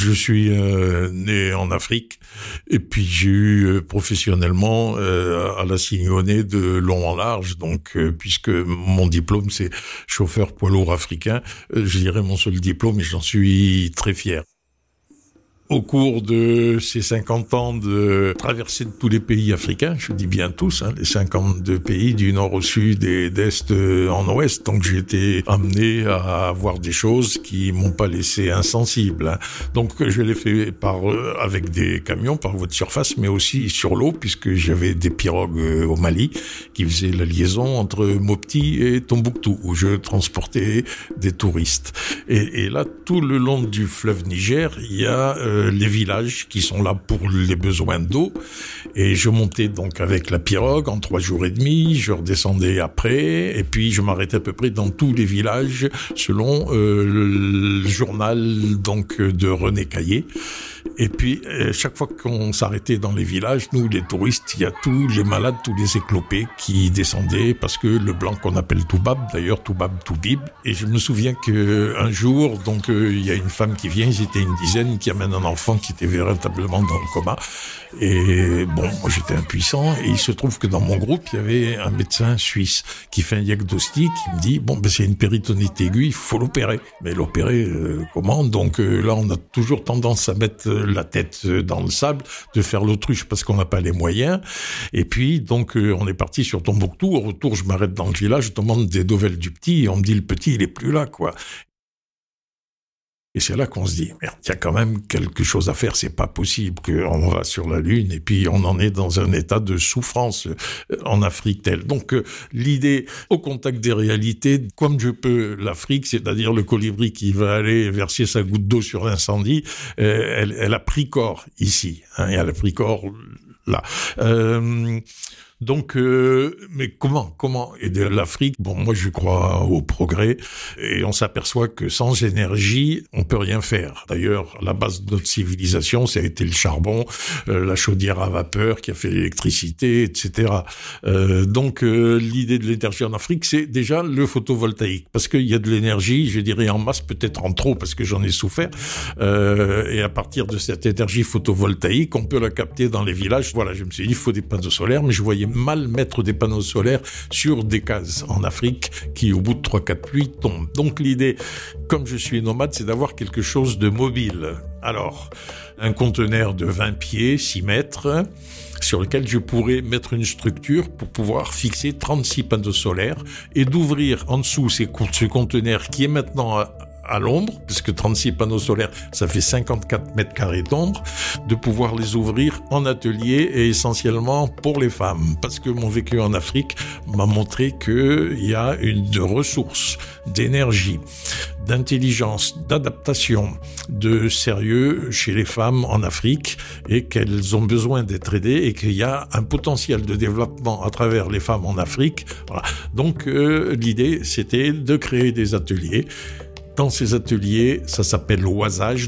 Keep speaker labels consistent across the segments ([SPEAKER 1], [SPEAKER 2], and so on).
[SPEAKER 1] je suis né en Afrique et puis j'ai eu professionnellement à la Signonnet de long en large, donc puisque mon diplôme c'est chauffeur poids lourd africain, je dirais mon seul diplôme et j'en suis très fier. Au cours de ces 50 ans de traversée de tous les pays africains, je dis bien tous, les 52 pays du nord au sud et d'est en ouest, donc j'ai été amené à voir des choses qui m'ont pas laissé insensible. Donc je l'ai fait avec des camions, par voie de surface, mais aussi sur l'eau, puisque j'avais des pirogues au Mali qui faisaient la liaison entre Mopti et Tombouctou, où je transportais des touristes. Et là, tout le long du fleuve Niger, il y a les villages qui sont là pour les besoins d'eau, et je montais donc avec la pirogue en 3 jours et demi, je redescendais après, et puis je m'arrêtais à peu près dans tous les villages selon le journal donc de René Caillé. Et puis, chaque fois qu'on s'arrêtait dans les villages, nous, les touristes, il y a tous les malades, tous les éclopés qui descendaient parce que le blanc qu'on appelle Toubab, d'ailleurs, Toubab, Toubib. Et je me souviens qu'un jour, donc, il y a une femme qui vient, ils étaient une dizaine, qui amène un enfant qui était véritablement dans le coma. Et bon, moi, j'étais impuissant. Et il se trouve que dans mon groupe, il y avait un médecin suisse qui fait un diagnostic, qui me dit, bon, ben, c'est une péritonite aiguë, il faut l'opérer. Mais l'opérer, comment? Donc, là, on a toujours tendance à mettre la tête dans le sable, de faire l'autruche parce qu'on n'a pas les moyens. Et puis, donc, on est parti sur Tombouctou. Au retour, je m'arrête dans le village, je demande des nouvelles du petit, et on me dit, le petit, il est plus là, quoi. Et c'est là qu'on se dit, merde, il y a quand même quelque chose à faire, c'est pas possible qu'on va sur la Lune et puis on en est dans un état de souffrance en Afrique telle. Donc l'idée, au contact des réalités, comme je peux l'Afrique, c'est-à-dire le colibri qui va aller verser sa goutte d'eau sur l'incendie, elle a pris corps ici, et elle a pris corps là. Donc, mais comment aider l'Afrique? Bon, moi, je crois au progrès, et on s'aperçoit que sans énergie, on peut rien faire. D'ailleurs, la base de notre civilisation, ça a été le charbon, la chaudière à vapeur qui a fait l'électricité, etc. Donc, l'idée de l'énergie en Afrique, c'est déjà le photovoltaïque, parce qu'il y a de l'énergie, je dirais en masse, peut-être en trop, parce que j'en ai souffert. Et à partir de cette énergie photovoltaïque, on peut la capter dans les villages. Voilà, je me suis dit, il faut des panneaux solaires, mais je voyais mal mettre des panneaux solaires sur des cases en Afrique qui, au bout de 3-4 pluies, tombent. Donc l'idée, comme je suis nomade, c'est d'avoir quelque chose de mobile. Alors, un conteneur de 20 pieds, 6 mètres, sur lequel je pourrais mettre une structure pour pouvoir fixer 36 panneaux solaires et d'ouvrir en dessous ce conteneur qui est maintenant à l'ombre, puisque 36 panneaux solaires, ça fait 54 mètres carrés d'ombre, de pouvoir les ouvrir en atelier et essentiellement pour les femmes. Parce que mon vécu en Afrique m'a montré qu'il y a une ressource d'énergie, d'intelligence, d'adaptation, de sérieux chez les femmes en Afrique et qu'elles ont besoin d'être aidées et qu'il y a un potentiel de développement à travers les femmes en Afrique. Voilà. Donc l'idée, c'était de créer des ateliers. Dans ces ateliers, ça s'appelle Wazaj,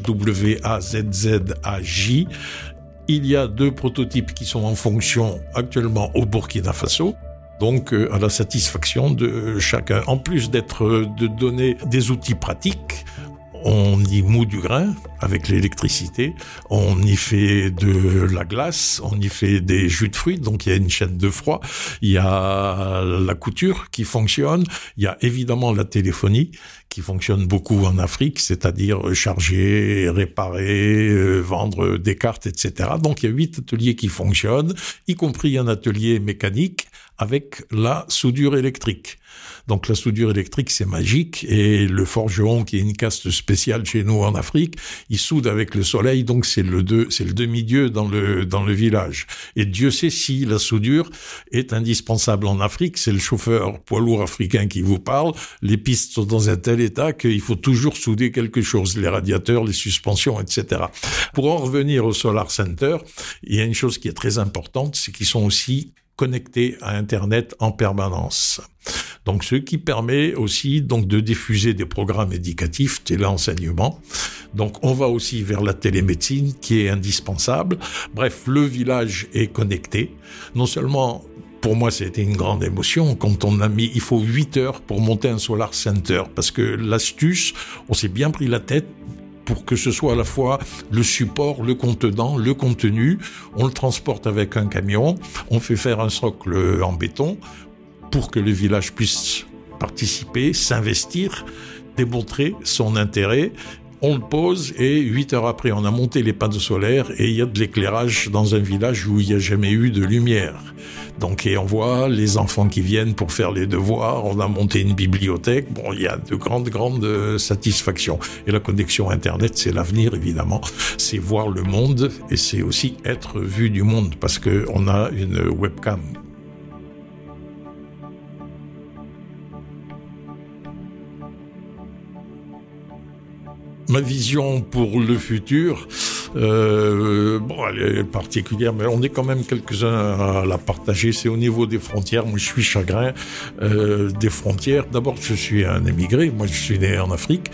[SPEAKER 1] W-A-Z-Z-A-J. Il y a 2 prototypes qui sont en fonction actuellement au Burkina Faso. Donc, à la satisfaction de chacun. En plus de donner des outils pratiques, on y moud du grain avec l'électricité, on y fait de la glace, on y fait des jus de fruits, donc il y a une chaîne de froid, il y a la couture qui fonctionne, il y a évidemment la téléphonie qui fonctionne beaucoup en Afrique, c'est-à-dire charger, réparer, vendre des cartes, etc. Donc il y a 8 ateliers qui fonctionnent, y compris un atelier mécanique avec la soudure électrique. Donc la soudure électrique, c'est magique, et le forgeron, qui est une caste spéciale chez nous en Afrique, il soude avec le soleil, donc c'est le demi-dieu dans le village. Et Dieu sait si la soudure est indispensable en Afrique, c'est le chauffeur poids lourd africain qui vous parle, les pistes sont dans un tel état qu'il faut toujours souder quelque chose, les radiateurs, les suspensions, etc. Pour en revenir au Solar Center, il y a une chose qui est très importante, c'est qu'ils sont aussi connectés à Internet en permanence. Donc, ce qui permet aussi donc de diffuser des programmes éducatifs, téléenseignement. Donc, on va aussi vers la télémédecine qui est indispensable. Bref, le village est connecté. Non seulement, pour moi, c'était une grande émotion quand il faut 8 heures pour monter un Solar Center, parce que l'astuce, on s'est bien pris la tête pour que ce soit à la fois le support, le contenant, le contenu. On le transporte avec un camion, on fait faire un socle en béton pour que le village puisse participer, s'investir, démontrer son intérêt. On le pose et 8 heures après, on a monté les panneaux solaires et il y a de l'éclairage dans un village où il n'y a jamais eu de lumière. Donc, et on voit les enfants qui viennent pour faire les devoirs, on a monté une bibliothèque. Bon, il y a de grandes satisfactions. Et la connexion Internet, c'est l'avenir, évidemment. C'est voir le monde et c'est aussi être vu du monde parce qu'on a une webcam. Ma vision pour le futur, elle est particulière, mais on est quand même quelques-uns à la partager. C'est au niveau des frontières. Moi, je suis chagrin des frontières. D'abord, je suis un émigré. Moi, je suis né en Afrique.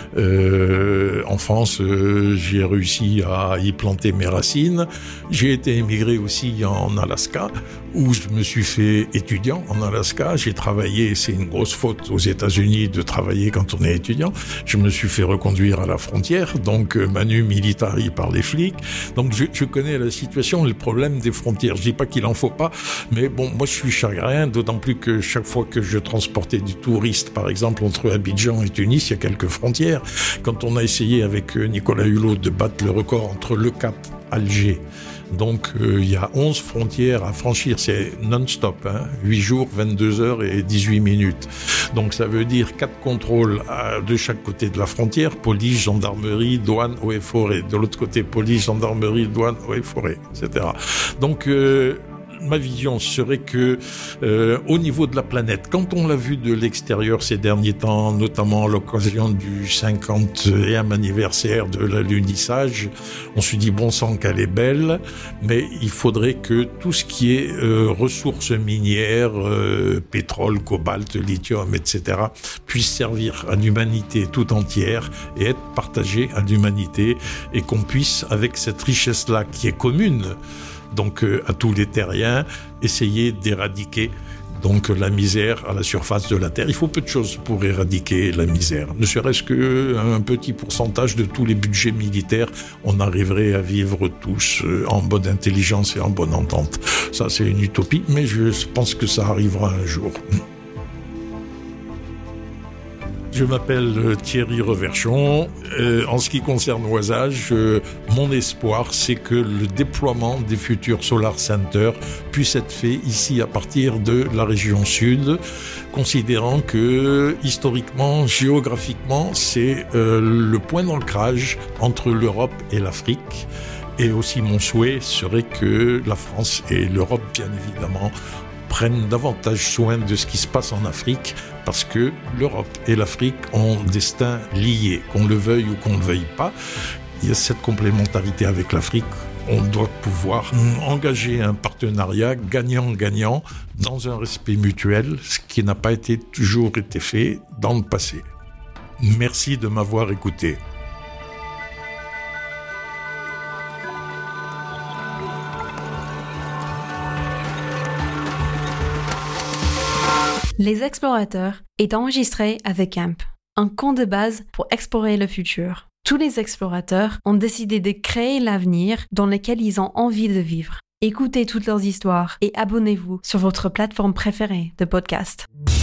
[SPEAKER 1] En France, j'ai réussi à y planter mes racines. J'ai été émigré aussi en Alaska, où je me suis fait étudiant en Alaska. J'ai travaillé, c'est une grosse faute aux États-Unis de travailler quand on est étudiant. Je me suis fait reconduire à la frontière, donc manu militari par les flics. Donc je connais la situation, le problème des frontières. Je dis pas qu'il en faut pas, mais bon, moi je suis chagrin, d'autant plus que chaque fois que je transportais des touristes, par exemple entre Abidjan et Tunis, il y a quelques frontières. Quand on a essayé avec Nicolas Hulot de battre le record entre Le Cap, Alger, donc il y a 11 frontières à franchir, c'est non-stop, 8 jours, 22 heures et 18 minutes. Donc ça veut dire 4 contrôles de chaque côté de la frontière, police, gendarmerie, douane, eaux et forêt. De l'autre côté, police, gendarmerie, douane, eaux et forêt, etc. Donc ma vision serait que au niveau de la planète, quand on l'a vu de l'extérieur ces derniers temps, notamment à l'occasion du 50e anniversaire de l'alunissage, on se dit bon sang qu'elle est belle, mais il faudrait que tout ce qui est ressources minières, pétrole, cobalt, lithium, etc., puisse servir à l'humanité tout entière et être partagé à l'humanité, et qu'on puisse, avec cette richesse-là qui est commune, donc à tous les terriens, essayer d'éradiquer donc la misère à la surface de la terre. Il faut peu de choses pour éradiquer la misère. Ne serait-ce qu'un petit pourcentage de tous les budgets militaires, on arriverait à vivre tous en bonne intelligence et en bonne entente. Ça, c'est une utopie, mais je pense que ça arrivera un jour. Je m'appelle Thierry Reverchon. En ce qui concerne Oisage, mon espoir, c'est que le déploiement des futurs Solar Centers puisse être fait ici à partir de la région sud, considérant que historiquement, géographiquement, c'est le point d'ancrage entre l'Europe et l'Afrique. Et aussi mon souhait serait que la France et l'Europe, bien évidemment, prennent davantage soin de ce qui se passe en Afrique, parce que l'Europe et l'Afrique ont un destin lié, qu'on le veuille ou qu'on ne le veuille pas. Il y a cette complémentarité avec l'Afrique. On doit pouvoir engager un partenariat gagnant-gagnant dans un respect mutuel, ce qui n'a pas toujours été fait dans le passé. Merci de m'avoir écouté.
[SPEAKER 2] Les Explorateurs est enregistré avec AMP, un camp de base pour explorer le futur. Tous les explorateurs ont décidé de créer l'avenir dans lequel ils ont envie de vivre. Écoutez toutes leurs histoires et abonnez-vous sur votre plateforme préférée de podcast.